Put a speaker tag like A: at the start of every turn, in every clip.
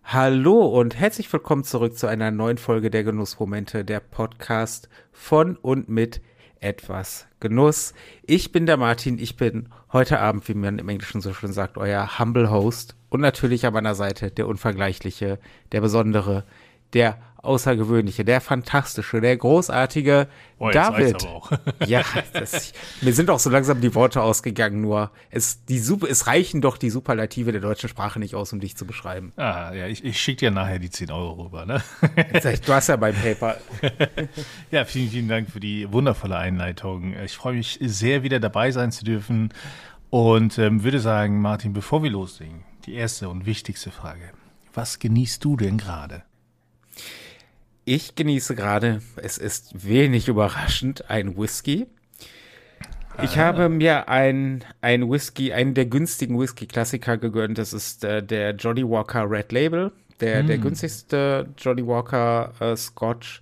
A: Hallo und herzlich willkommen zurück zu einer neuen Folge der Genussmomente, der Podcast von und mit etwas Genuss. Ich bin der Martin, ich bin heute Abend, wie man im Englischen so schön sagt, euer Humble Host und natürlich an meiner Seite der Unvergleichliche, der Besondere, der Außergewöhnliche, der Fantastische, der Großartige
B: Oh, jetzt reicht's
A: David.
B: aber auch.
A: Ja, mir sind auch so langsam die Worte ausgegangen, nur es reichen doch die Superlative der deutschen Sprache nicht aus, um dich zu beschreiben.
B: Ja, ich schicke dir nachher die 10 Euro rüber, ne?
A: Du hast ja mein Paper.
B: Ja, vielen Dank für die wundervolle Einleitung. Ich freue mich sehr, wieder dabei sein zu dürfen und würde sagen, Martin, bevor wir loslegen, die erste und wichtigste Frage. Was genießt du denn gerade?
A: Ich genieße gerade, es ist wenig überraschend, ein Whisky. Ich habe mir einen Whisky, einen der günstigen Whisky-Klassiker gegönnt. Das ist der Johnny Walker Red Label, der günstigste Johnny Walker Scotch.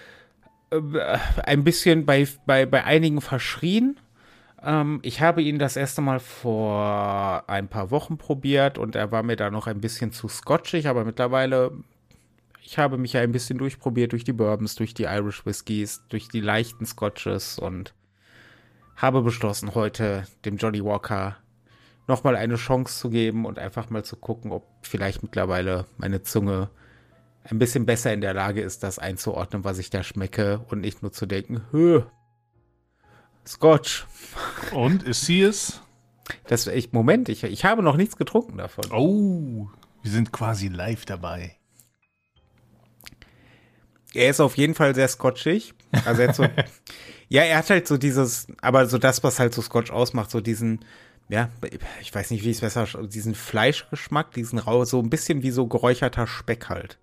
A: Ein bisschen bei einigen verschrien. Ich habe ihn das erste Mal vor ein paar Wochen probiert und er war mir da noch ein bisschen zu scotchig, aber mittlerweile, ich habe mich ja ein bisschen durchprobiert durch die Bourbons, durch die Irish Whiskys, durch die leichten Scotches und habe beschlossen, heute dem Johnny Walker nochmal eine Chance zu geben und einfach mal zu gucken, ob vielleicht mittlerweile meine Zunge ein bisschen besser in der Lage ist, das einzuordnen, was ich da schmecke und nicht nur zu denken, Scotch.
B: Und, ist sie es?
A: Moment, ich habe noch nichts getrunken davon.
B: Oh, wir sind quasi live dabei.
A: Er ist auf jeden Fall sehr scotchig. Also er hat so, ja, er hat halt so dieses, aber so das, was halt so Scotch ausmacht, so diesen, ja, ich weiß nicht, wie ich es besser, diesen Fleischgeschmack, diesen rau, so ein bisschen wie so geräucherter Speck halt.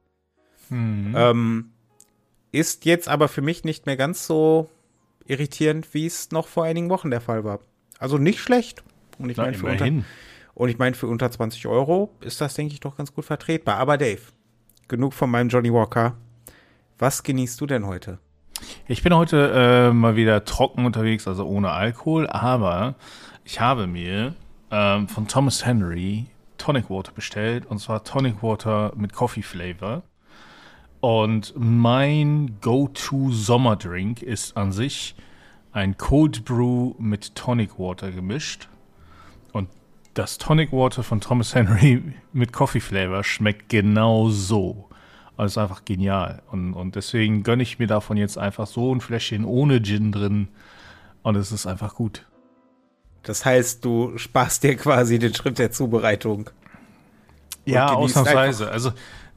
A: Ist jetzt aber für mich nicht mehr ganz so irritierend, wie es noch vor einigen Wochen der Fall war. Also nicht schlecht. Und ich
B: Na,
A: meine,
B: immerhin.
A: für unter 20 Euro ist das, denke ich, doch ganz gut vertretbar. Aber Dave, genug von meinem Johnny Walker. Was genießt du denn heute?
B: Ich bin heute mal wieder trocken unterwegs, also ohne Alkohol, aber ich habe mir von Thomas Henry Tonic Water bestellt, und zwar Tonic Water mit Coffee Flavor. Und mein Go-To-Sommerdrink ist an sich ein Cold Brew mit Tonic Water gemischt. Und das Tonic Water von Thomas Henry mit Coffee Flavor schmeckt genau so. Und es ist einfach genial. Und deswegen gönne ich mir davon jetzt einfach so ein Fläschchen ohne Gin drin. Und es ist einfach gut.
A: Das heißt, du sparst dir quasi den Schritt der Zubereitung.
B: Ja,
A: genießt
B: ausnahmsweise. Also,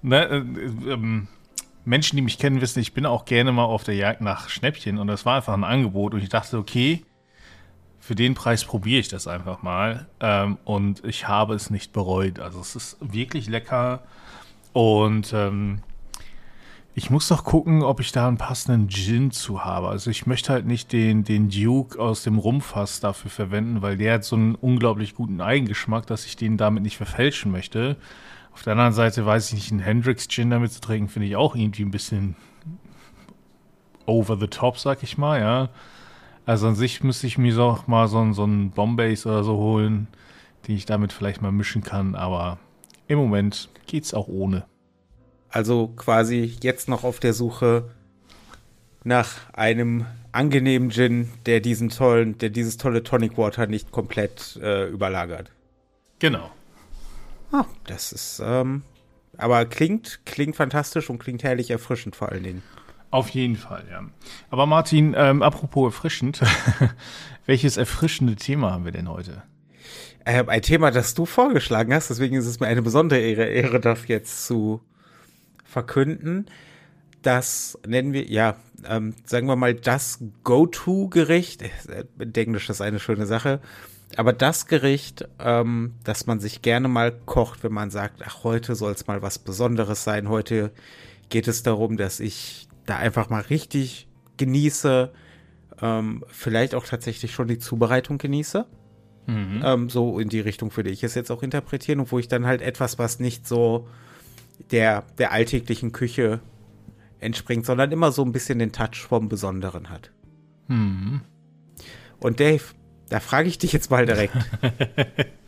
B: Menschen, die mich kennen, wissen, ich bin auch gerne mal auf der Jagd nach Schnäppchen. Und das war einfach ein Angebot. Und ich dachte, okay, für den Preis probiere ich das einfach mal. Und ich habe es nicht bereut. Also es ist wirklich lecker. Und ich muss doch gucken, ob ich da einen passenden Gin zu habe. Also ich möchte halt nicht den Duke aus dem Rumfass dafür verwenden, weil der hat so einen unglaublich guten Eigengeschmack, dass ich den damit nicht verfälschen möchte. Auf der anderen Seite weiß ich nicht, einen Hendrix Gin damit zu trinken, finde ich auch irgendwie ein bisschen over the top, sag ich mal, ja. Also an sich müsste ich mir auch mal so einen Bombays oder so holen, den ich damit vielleicht mal mischen kann, aber im Moment geht's auch ohne.
A: Also quasi jetzt noch auf der Suche nach einem angenehmen Gin, der dieses tolle Tonic Water nicht komplett überlagert.
B: Genau.
A: Ah, das ist, aber klingt fantastisch und klingt herrlich erfrischend vor allen Dingen.
B: Auf jeden Fall, ja. Aber Martin, apropos erfrischend, welches erfrischende Thema haben wir denn heute?
A: Ein Thema, das du vorgeschlagen hast, deswegen ist es mir eine besondere Ehre, das jetzt zu verkünden. Das nennen wir, ja, sagen wir mal, das Go-To-Gericht. Englisch ist eine schöne Sache. Aber das Gericht, das man sich gerne mal kocht, wenn man sagt, ach, heute soll es mal was Besonderes sein. Heute geht es darum, dass ich da einfach mal richtig genieße, vielleicht auch tatsächlich schon die Zubereitung genieße. So in die Richtung würde ich es jetzt auch interpretieren, und wo ich dann halt etwas, was nicht so der alltäglichen Küche entspringt, sondern immer so ein bisschen den Touch vom Besonderen hat. Und Dave, da frage ich dich jetzt mal direkt.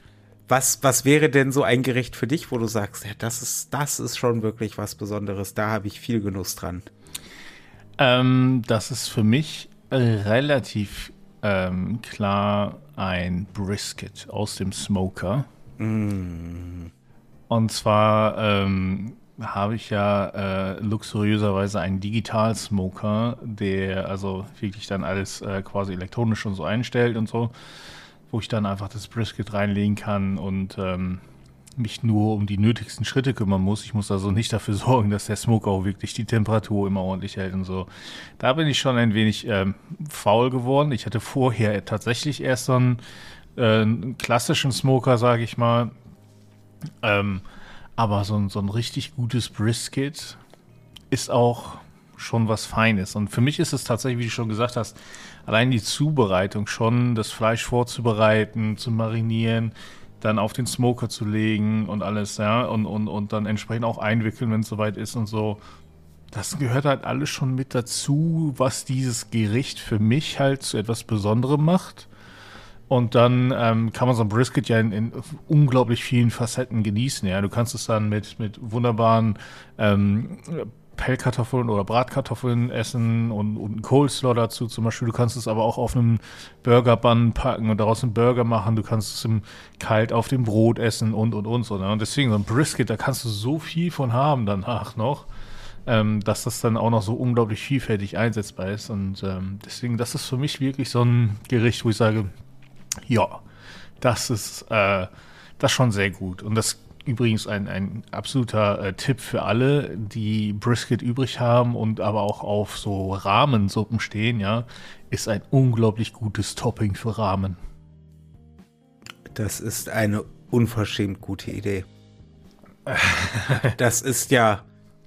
A: Was wäre denn so ein Gericht für dich, wo du sagst, ja, das ist schon wirklich was Besonderes, da habe ich viel Genuss dran?
B: Das ist für mich relativ klar ein Brisket aus dem Smoker. Und zwar habe ich ja luxuriöserweise einen Digital-Smoker, der also wirklich dann alles quasi elektronisch und so einstellt und so, wo ich dann einfach das Brisket reinlegen kann und mich nur um die nötigsten Schritte kümmern muss. Ich muss also nicht dafür sorgen, dass der Smoker auch wirklich die Temperatur immer ordentlich hält und so. Da bin ich schon ein wenig faul geworden. Ich hatte vorher tatsächlich erst so einen klassischen Smoker, sage ich mal. Aber so ein richtig gutes Brisket ist auch schon was Feines. Und für mich ist es tatsächlich, wie du schon gesagt hast, allein die Zubereitung schon, das Fleisch vorzubereiten, zu marinieren, dann auf den Smoker zu legen und alles, ja, und dann entsprechend auch einwickeln, wenn es soweit ist und so. Das gehört halt alles schon mit dazu, was dieses Gericht für mich halt zu etwas Besonderem macht. Und dann kann man so ein Brisket ja in unglaublich vielen Facetten genießen. Ja, du kannst es dann mit wunderbaren Pellkartoffeln oder Bratkartoffeln essen und einen Coleslaw dazu zum Beispiel. Du kannst es aber auch auf einem Burger-Bun packen und daraus einen Burger machen. Du kannst es kalt auf dem Brot essen und so. Ne? Und deswegen so ein Brisket, da kannst du so viel von haben danach noch, dass das dann auch noch so unglaublich vielfältig einsetzbar ist. Und deswegen, das ist für mich wirklich so ein Gericht, wo ich sage, ja, das ist schon sehr gut. Und das übrigens ein absoluter Tipp für alle, die Brisket übrig haben und aber auch auf so Rahmensuppen stehen, ja, ist ein unglaublich gutes Topping für Ramen.
A: Das ist eine unverschämt gute Idee. Das ist ja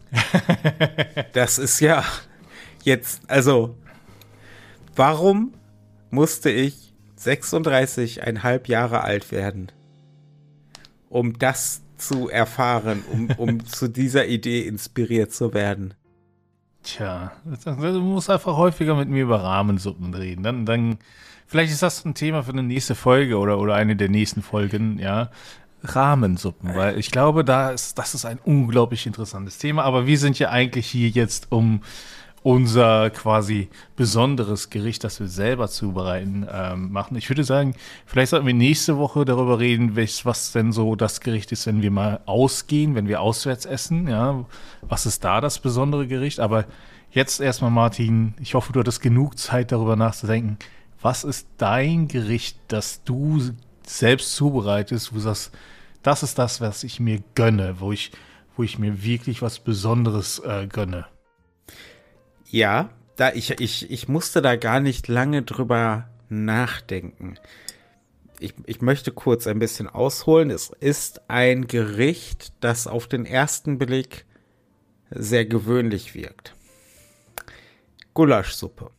A: jetzt, also, warum musste ich 36,5 Jahre alt werden, um das zu erfahren, um zu dieser Idee inspiriert zu werden?
B: Tja, du musst einfach häufiger mit mir über Rahmensuppen reden. Dann, vielleicht ist das ein Thema für eine nächste Folge oder eine der nächsten Folgen, ja. Rahmensuppen, weil ich glaube, das ist ein unglaublich interessantes Thema, aber wir sind ja eigentlich hier jetzt, um unser quasi besonderes Gericht, das wir selber zubereiten, machen. Ich würde sagen, vielleicht sollten wir nächste Woche darüber reden, was denn so das Gericht ist, wenn wir mal ausgehen, wenn wir auswärts essen, ja. Was ist da das besondere Gericht? Aber jetzt erstmal, Martin, ich hoffe, du hattest genug Zeit, darüber nachzudenken. Was ist dein Gericht, das du selbst zubereitest, wo du sagst, das ist das, was ich mir gönne, wo ich mir wirklich was Besonderes gönne?
A: Ja, ich musste da gar nicht lange drüber nachdenken. Ich möchte kurz ein bisschen ausholen. Es ist ein Gericht, das auf den ersten Blick sehr gewöhnlich wirkt. Gulaschsuppe.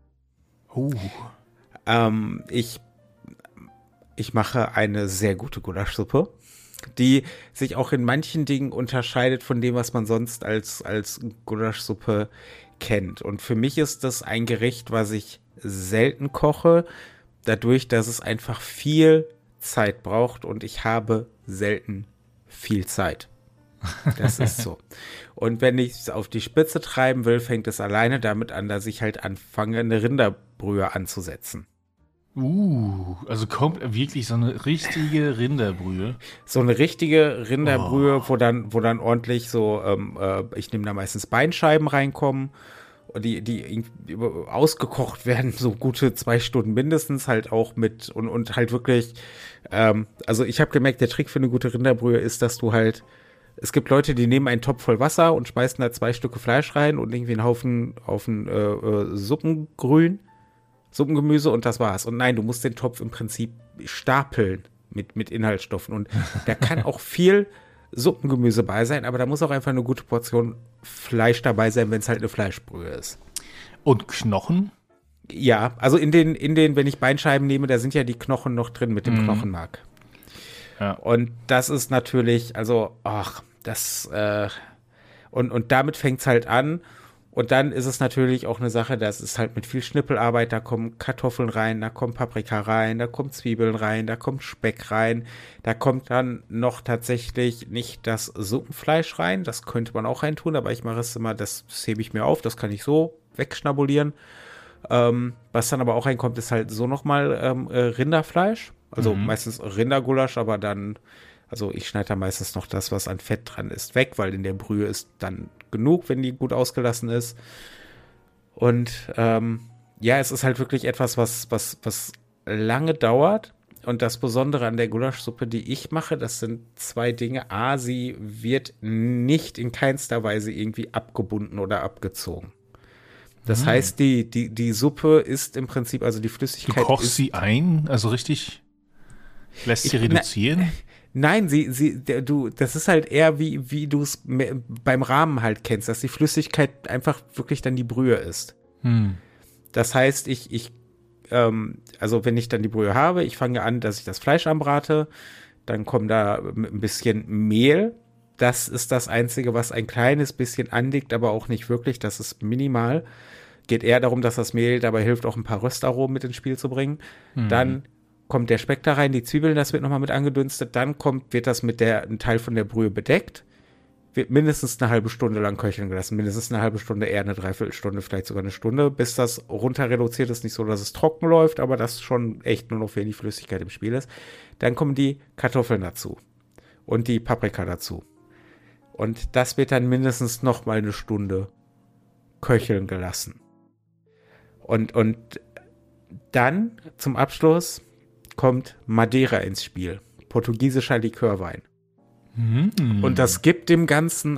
A: Ich mache eine sehr gute Gulaschsuppe, die sich auch in manchen Dingen unterscheidet von dem, was man sonst als Gulaschsuppe kennt. Und für mich ist das ein Gericht, was ich selten koche, dadurch, dass es einfach viel Zeit braucht und ich habe selten viel Zeit. Das ist so. Und wenn ich es auf die Spitze treiben will, fängt es alleine damit an, dass ich halt anfange, eine Rinderbrühe anzusetzen.
B: Also kommt wirklich so eine richtige Rinderbrühe.
A: So eine richtige Rinderbrühe, wo dann ordentlich so, ich nehme da meistens Beinscheiben reinkommen, die ausgekocht werden, so gute 2 Stunden mindestens, halt auch mit und halt wirklich, also ich habe gemerkt, der Trick für eine gute Rinderbrühe ist, dass du halt, es gibt Leute, die nehmen einen Topf voll Wasser und schmeißen da 2 Stücke Fleisch rein und irgendwie einen Haufen Suppengemüse und das war's. Und nein, du musst den Topf im Prinzip stapeln mit Inhaltsstoffen. Und da kann auch viel Suppengemüse bei sein, aber da muss auch einfach eine gute Portion Fleisch dabei sein, wenn es halt eine Fleischbrühe ist.
B: Und Knochen?
A: Ja, also in den, wenn ich Beinscheiben nehme, da sind ja die Knochen noch drin mit dem Knochenmark. Ja. Und das ist natürlich, also, und damit fängt's halt an. Und dann ist es natürlich auch eine Sache, das ist halt mit viel Schnippelarbeit, da kommen Kartoffeln rein, da kommt Paprika rein, da kommt Zwiebeln rein, da kommt Speck rein, da kommt dann noch tatsächlich nicht das Suppenfleisch rein, das könnte man auch reintun, aber ich mache es immer, das hebe ich mir auf, das kann ich so wegschnabulieren. Was dann aber auch reinkommt, ist halt so nochmal Rinderfleisch, also meistens Rindergulasch, aber dann, also ich schneide da meistens noch das, was an Fett dran ist, weg, weil in der Brühe ist dann genug, wenn die gut ausgelassen ist. Und ja, es ist halt wirklich etwas, was lange dauert. Und das Besondere an der Gulaschsuppe, die ich mache, das sind zwei Dinge. A, sie wird nicht in keinster Weise irgendwie abgebunden oder abgezogen. Das heißt, die Suppe ist im Prinzip, also die Flüssigkeit.
B: Du kochst sie ein, also richtig, lässt sie reduzieren?
A: Nein, das ist halt eher wie du es beim Ramen halt kennst, dass die Flüssigkeit einfach wirklich dann die Brühe ist. Das heißt, also wenn ich dann die Brühe habe, ich fange an, dass ich das Fleisch anbrate, dann kommt da ein bisschen Mehl. Das ist das Einzige, was ein kleines bisschen andickt, aber auch nicht wirklich, das ist minimal. Geht eher darum, dass das Mehl dabei hilft, auch ein paar Röstaromen mit ins Spiel zu bringen. Dann kommt der Speck da rein, die Zwiebeln, das wird nochmal mit angedünstet, dann wird das mit ein Teil von der Brühe bedeckt, wird mindestens eine halbe Stunde lang köcheln gelassen, mindestens eine halbe Stunde, eher eine Dreiviertelstunde, vielleicht sogar eine Stunde, bis das runter reduziert ist, nicht so, dass es trocken läuft, aber dass schon echt nur noch wenig Flüssigkeit im Spiel ist. Dann kommen die Kartoffeln dazu und die Paprika dazu. Und das wird dann mindestens noch mal eine Stunde köcheln gelassen. Und dann zum Abschluss kommt Madeira ins Spiel, portugiesischer Likörwein. Und das gibt dem Ganzen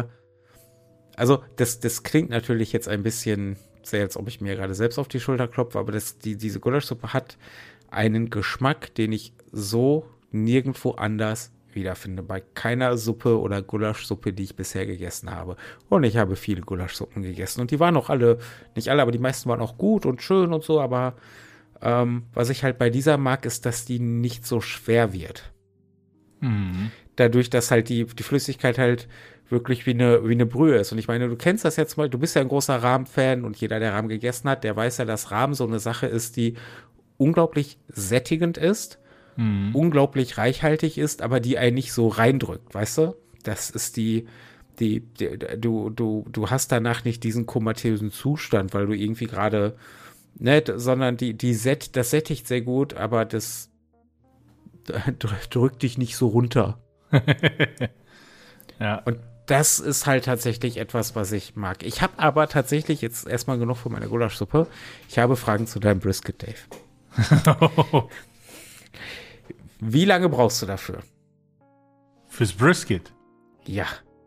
A: also das klingt natürlich jetzt ein bisschen sehr, als ob ich mir gerade selbst auf die Schulter klopfe, aber diese Gulaschsuppe hat einen Geschmack, den ich so nirgendwo anders wiederfinde. Bei keiner Suppe oder Gulaschsuppe, die ich bisher gegessen habe. Und ich habe viele Gulaschsuppen gegessen. Und die waren auch nicht alle, aber die meisten waren auch gut und schön und so. Aber was ich halt bei dieser mag, ist, dass die nicht so schwer wird. Dadurch, dass halt die Flüssigkeit halt wirklich wie eine Brühe ist. Und ich meine, du kennst das jetzt mal, du bist ja ein großer Rahm-Fan und jeder, der Rahm gegessen hat, der weiß ja, dass Rahm so eine Sache ist, die unglaublich sättigend ist, unglaublich reichhaltig ist, aber die einen nicht so reindrückt, weißt du? Das ist du hast danach nicht diesen komatösen Zustand, weil du irgendwie gerade, ne, sondern das sättigt sehr gut, aber das drückt dich nicht so runter.
B: Ja.
A: Und das ist halt tatsächlich etwas, was ich mag. Ich habe aber tatsächlich jetzt erstmal genug von meiner Gulaschsuppe. Ich habe Fragen zu deinem Brisket, Dave. Wie lange brauchst du dafür?
B: Fürs Brisket?
A: Ja.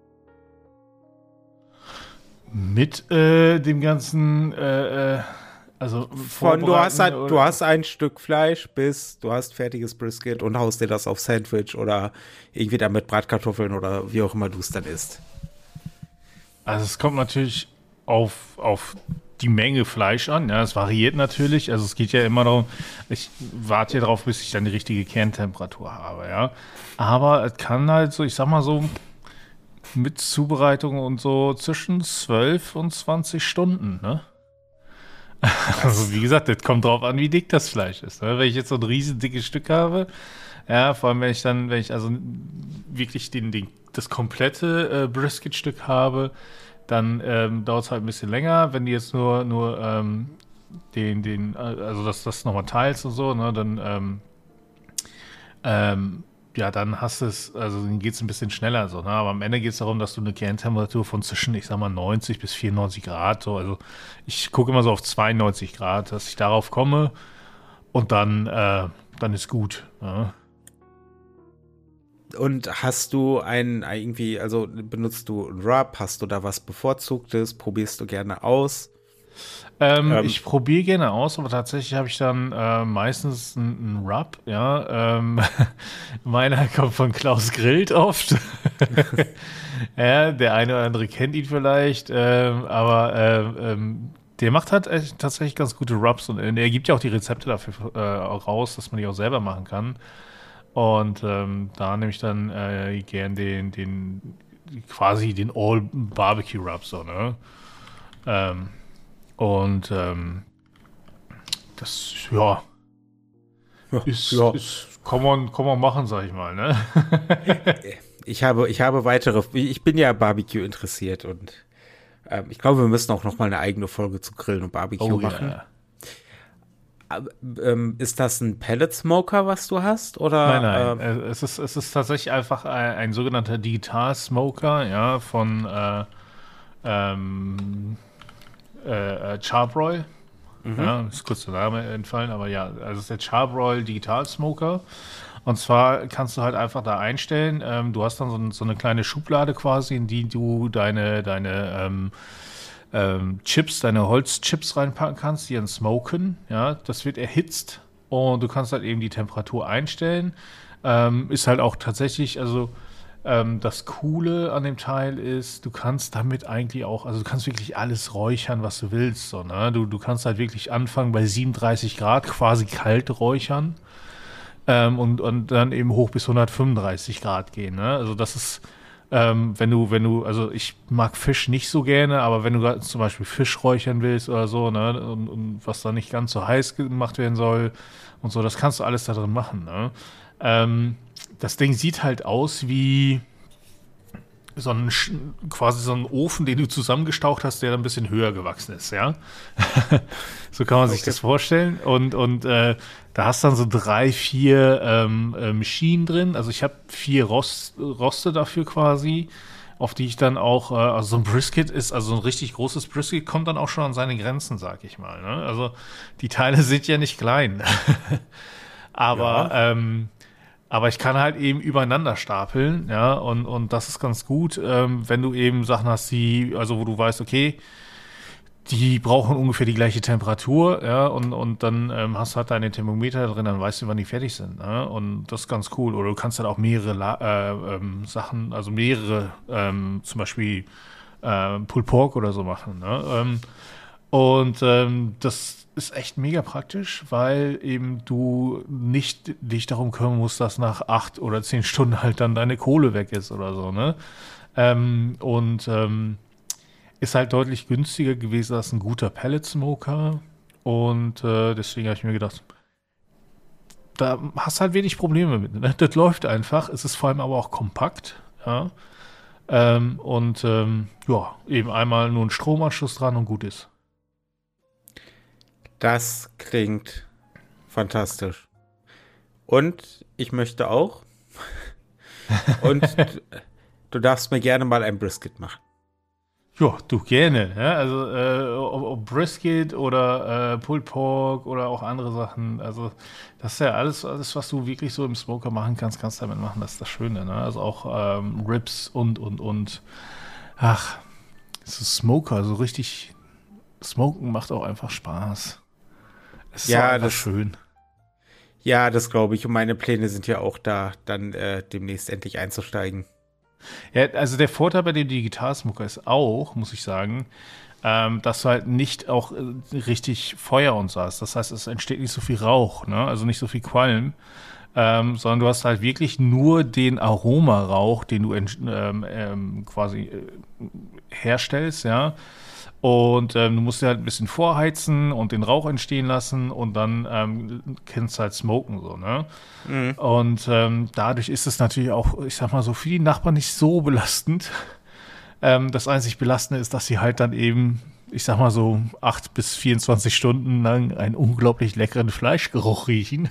B: Mit dem ganzen, also
A: du hast ein Stück Fleisch bis du hast fertiges Brisket und haust dir das auf Sandwich oder irgendwie dann mit Bratkartoffeln oder wie auch immer du es dann isst.
B: Also es kommt natürlich auf die Menge Fleisch an. Ja, es variiert natürlich. Also es geht ja immer darum, ich warte hier drauf, bis ich dann die richtige Kerntemperatur habe, ja. Aber es kann halt so, ich sag mal so, mit Zubereitung und so zwischen 12 und 20 Stunden, ne? Also wie gesagt, das kommt drauf an, wie dick das Fleisch ist. Ne? Wenn ich jetzt so ein riesen dickes Stück habe, ja, vor allem wenn ich also wirklich das komplette Brisket-Stück habe, dann dauert es halt ein bisschen länger. Wenn du jetzt nur also das nochmal teilst und so, ne, dann ja, dann dann geht es ein bisschen schneller so, ne? Aber am Ende geht es darum, dass du eine Kerntemperatur von zwischen, ich sag mal, 90 bis 94 Grad, so, also ich gucke immer so auf 92 Grad, dass ich darauf komme und dann ist gut. Ja.
A: Und hast du also benutzt du einen Rub, hast du da was Bevorzugtes, probierst du gerne aus?
B: Ich probiere gerne aus, aber tatsächlich habe ich dann meistens einen Rub, ja. Meiner kommt von Klaus Grillt oft. Ja, der eine oder andere kennt ihn vielleicht, aber der macht halt tatsächlich ganz gute Rubs und er gibt ja auch die Rezepte dafür raus, dass man die auch selber machen kann. Und da nehme ich dann gern quasi den All-Barbecue-Rub, so, ne? Ähm, und das, ja,
A: Ja.
B: kann man machen, sag ich mal, ne?
A: Ich habe ich bin ja Barbecue interessiert und ich glaube, wir müssen auch noch mal eine eigene Folge zu Grillen und Barbecue
B: Oh
A: machen.
B: ja.
A: Aber, ist das ein Pellet Smoker, was du hast?
B: Nein.
A: Oder
B: Es ist tatsächlich einfach ein sogenannter Digital Smoker, ja, von ähm, Charbroil. Ja, ist kurz der Name entfallen, aber ja, also es ist der Charbroil Digital Smoker. Und zwar kannst du halt einfach da einstellen, du hast dann so eine kleine Schublade quasi, in die du deine Chips, deine Holzchips reinpacken kannst, die dann smoken. Ja, das wird erhitzt und du kannst halt eben die Temperatur einstellen. Ist halt auch tatsächlich, also das Coole an dem Teil ist, du kannst damit eigentlich auch, also du kannst wirklich alles räuchern, was du willst. So, ne? Du kannst halt wirklich anfangen bei 37 Grad quasi kalt räuchern und dann eben hoch bis 135 Grad gehen. Ne? Also das ist, also ich mag Fisch nicht so gerne, aber wenn du grad zum Beispiel Fisch räuchern willst oder so, ne, und was da nicht ganz so heiß gemacht werden soll und so, das kannst du alles da drin machen. Ne? Das Ding sieht halt aus wie quasi so ein Ofen, den du zusammengestaucht hast, der dann ein bisschen höher gewachsen ist, ja. So kann man sich das vorstellen. Und da hast dann so 3, 4 Schienen drin. Also ich habe 4 Roste dafür quasi, auf die ich dann auch, also so ein Brisket ist, also ein richtig großes Brisket kommt dann auch schon an seine Grenzen, sag ich mal. Ne? Also die Teile sind ja nicht klein. Aber
A: ja.
B: aber ich kann halt eben übereinander stapeln, ja, und das ist ganz gut, wenn du eben Sachen hast, also wo du weißt, okay, die brauchen ungefähr die gleiche Temperatur, ja, und dann hast du halt deine Thermometer drin, dann weißt du, wann die fertig sind, ne? Und das ist ganz cool. Oder du kannst halt auch mehrere Sachen, also mehrere, zum Beispiel Pulled Pork oder so machen, ne? Das ist echt mega praktisch, weil eben du nicht dich darum kümmern musst, dass nach 8 oder 10 Stunden halt dann deine Kohle weg ist oder so, ne? Ist halt deutlich günstiger gewesen als ein guter Pellet Smoker. Und deswegen habe ich mir gedacht, da hast halt wenig Probleme mit. Ne? Das läuft einfach. Es ist vor allem aber auch kompakt, ja. Ja, eben einmal nur ein Stromanschluss dran und gut ist.
A: Das klingt fantastisch. Und ich möchte auch. Und du darfst mir gerne mal ein Brisket machen.
B: Ja, du gerne. Ja? Also ob Brisket oder Pulled Pork oder auch andere Sachen. Also das ist ja alles, was du wirklich so im Smoker machen kannst, kannst du damit machen. Das ist das Schöne. Ne? Also auch Ribs und. Ach, so Smoker, so richtig. Smoken macht auch einfach Spaß. Es ist auch
A: Ja,
B: einfach schön.
A: ja, das glaube ich. Und meine Pläne sind ja auch da, dann demnächst endlich einzusteigen.
B: Ja, also der Vorteil bei dem Digitalsmoker ist auch, muss ich sagen, dass du halt nicht auch richtig Feuer und so hast. Das heißt, es entsteht nicht so viel Rauch, ne? Also nicht so viel Qualm, sondern du hast halt wirklich nur den Aromarauch, den du quasi herstellst, ja. Und du musst ja halt ein bisschen vorheizen und den Rauch entstehen lassen und dann kannst du halt smoken, so, ne?
A: Mhm.
B: Und dadurch ist es natürlich auch, ich sag mal so, für die Nachbarn nicht so belastend. Das einzig Belastende ist, dass sie halt dann eben, ich sag mal so, 8 bis 24 Stunden lang einen unglaublich leckeren Fleischgeruch riechen.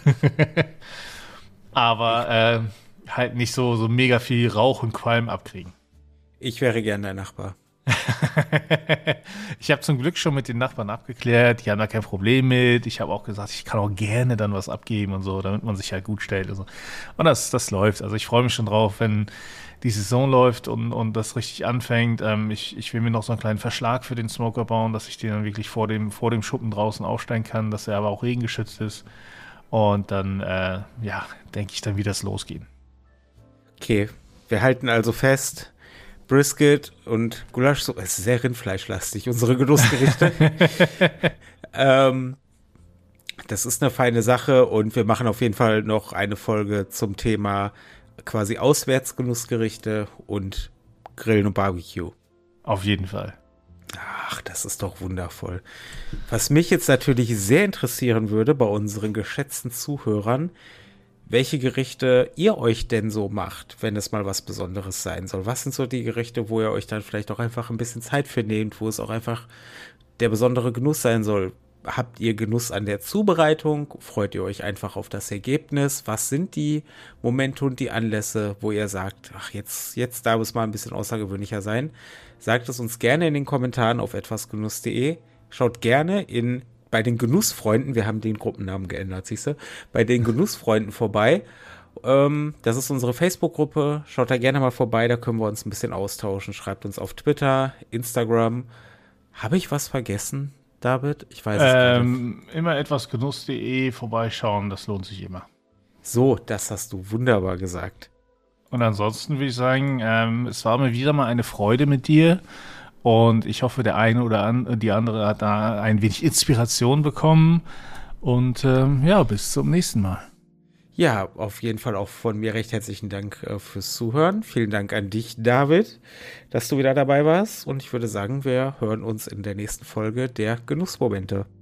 B: Aber halt nicht so mega viel Rauch und Qualm abkriegen.
A: Ich wäre gern dein Nachbar.
B: Ich habe zum Glück schon mit den Nachbarn abgeklärt, die haben da kein Problem mit. Ich habe auch gesagt, ich kann auch gerne dann was abgeben und so, damit man sich halt gut stellt und so. Und das läuft. Also ich freue mich schon drauf, wenn die Saison läuft und das richtig anfängt. Ich will mir noch so einen kleinen Verschlag für den Smoker bauen, dass ich den dann wirklich vor dem Schuppen draußen aufstellen kann, dass er aber auch regengeschützt ist. Und dann, ja, denke ich dann, wie das losgeht.
A: Okay, wir halten also fest, Brisket und Gulasch, es ist sehr rindfleischlastig, unsere Genussgerichte. Das ist eine feine Sache und wir machen auf jeden Fall noch eine Folge zum Thema quasi Auswärtsgenussgerichte und Grillen und Barbecue.
B: Auf jeden Fall.
A: Ach, das ist doch wundervoll. Was mich jetzt natürlich sehr interessieren würde bei unseren geschätzten Zuhörern, welche Gerichte ihr euch denn so macht, wenn es mal was Besonderes sein soll. Was sind so die Gerichte, wo ihr euch dann vielleicht auch einfach ein bisschen Zeit für nehmt, wo es auch einfach der besondere Genuss sein soll? Habt ihr Genuss an der Zubereitung? Freut ihr euch einfach auf das Ergebnis? Was sind die Momente und die Anlässe, wo ihr sagt, ach, jetzt darf es mal ein bisschen außergewöhnlicher sein? Sagt es uns gerne in den Kommentaren auf etwasgenuss.de. Schaut gerne bei den Genussfreunden, wir haben den Gruppennamen geändert, siehst du, bei den Genussfreunden vorbei. Das ist unsere Facebook-Gruppe. Schaut da gerne mal vorbei, da können wir uns ein bisschen austauschen. Schreibt uns auf Twitter, Instagram. Habe ich was vergessen, David? Ich weiß es gar nicht.
B: Immer etwasgenuss.de vorbeischauen, das lohnt sich immer.
A: So, das hast du wunderbar gesagt.
B: Und ansonsten würde ich sagen, es war mir wieder mal eine Freude mit dir. Und ich hoffe, der eine oder die andere hat da ein wenig Inspiration bekommen. Und ja, bis zum nächsten Mal.
A: Ja, auf jeden Fall auch von mir recht herzlichen Dank fürs Zuhören. Vielen Dank an dich, David, dass du wieder dabei warst. Und ich würde sagen, wir hören uns in der nächsten Folge der Genussmomente.